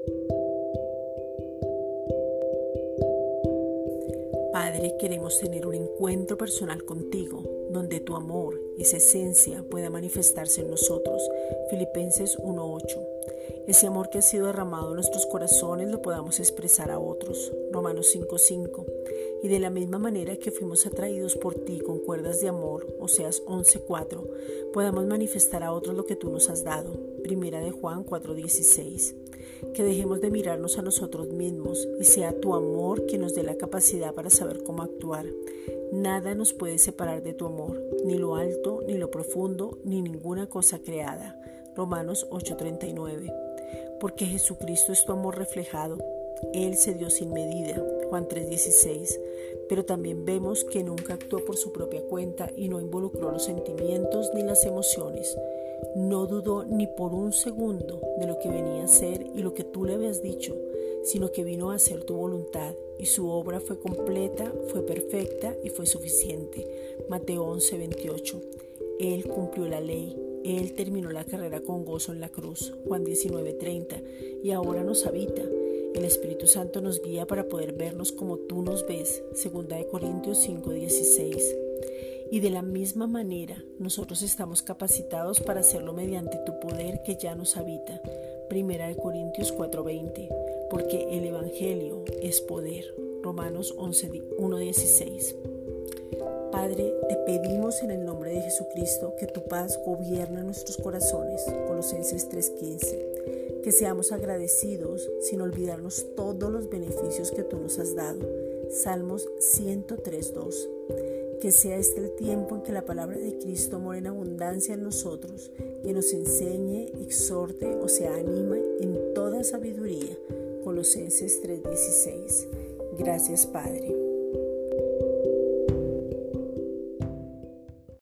Padre, queremos tener un encuentro personal contigo, donde tu amor, esa esencia, pueda manifestarse en nosotros. Filipenses 1:8. Ese amor que ha sido derramado en nuestros corazones lo podamos expresar a otros. Romanos 5:5. Y de la misma manera que fuimos atraídos por ti con cuerdas de amor, Oseas 11:4, podamos manifestar a otros lo que tú nos has dado. Primera de Juan 4:16. Que dejemos de mirarnos a nosotros mismos y sea tu amor quien nos dé la capacidad para saber cómo actuar. Nada nos puede separar de tu amor, ni lo alto, ni lo profundo, ni ninguna cosa creada. Romanos 8:39. Porque Jesucristo es tu amor reflejado. Él se dio sin medida, Juan 3:16, pero también vemos que nunca actuó por su propia cuenta y no involucró los sentimientos ni las emociones. No dudó ni por un segundo de lo que venía a ser y lo que tú le habías dicho, sino que vino a hacer tu voluntad, y su obra fue completa, fue perfecta y fue suficiente. Mateo 11:28. Él cumplió la ley, Él terminó la carrera con gozo en la cruz, Juan 19:30, y ahora nos habita. El Espíritu Santo nos guía para poder vernos como tú nos ves, 2 Corintios 5:16. Y de la misma manera, nosotros estamos capacitados para hacerlo mediante tu poder que ya nos habita. 1 Corintios 4:20. Porque el Evangelio es poder. Romanos 1:16. Padre, te pedimos en el nombre de Jesucristo que tu paz gobierne nuestros corazones. Colosenses 3:15. Que seamos agradecidos sin olvidarnos todos los beneficios que tú nos has dado. Salmos 103:2. Que sea este el tiempo en que la palabra de Cristo more en abundancia en nosotros, que nos enseñe, exhorte o sea anima en toda sabiduría. Colosenses 3:16. Gracias, Padre.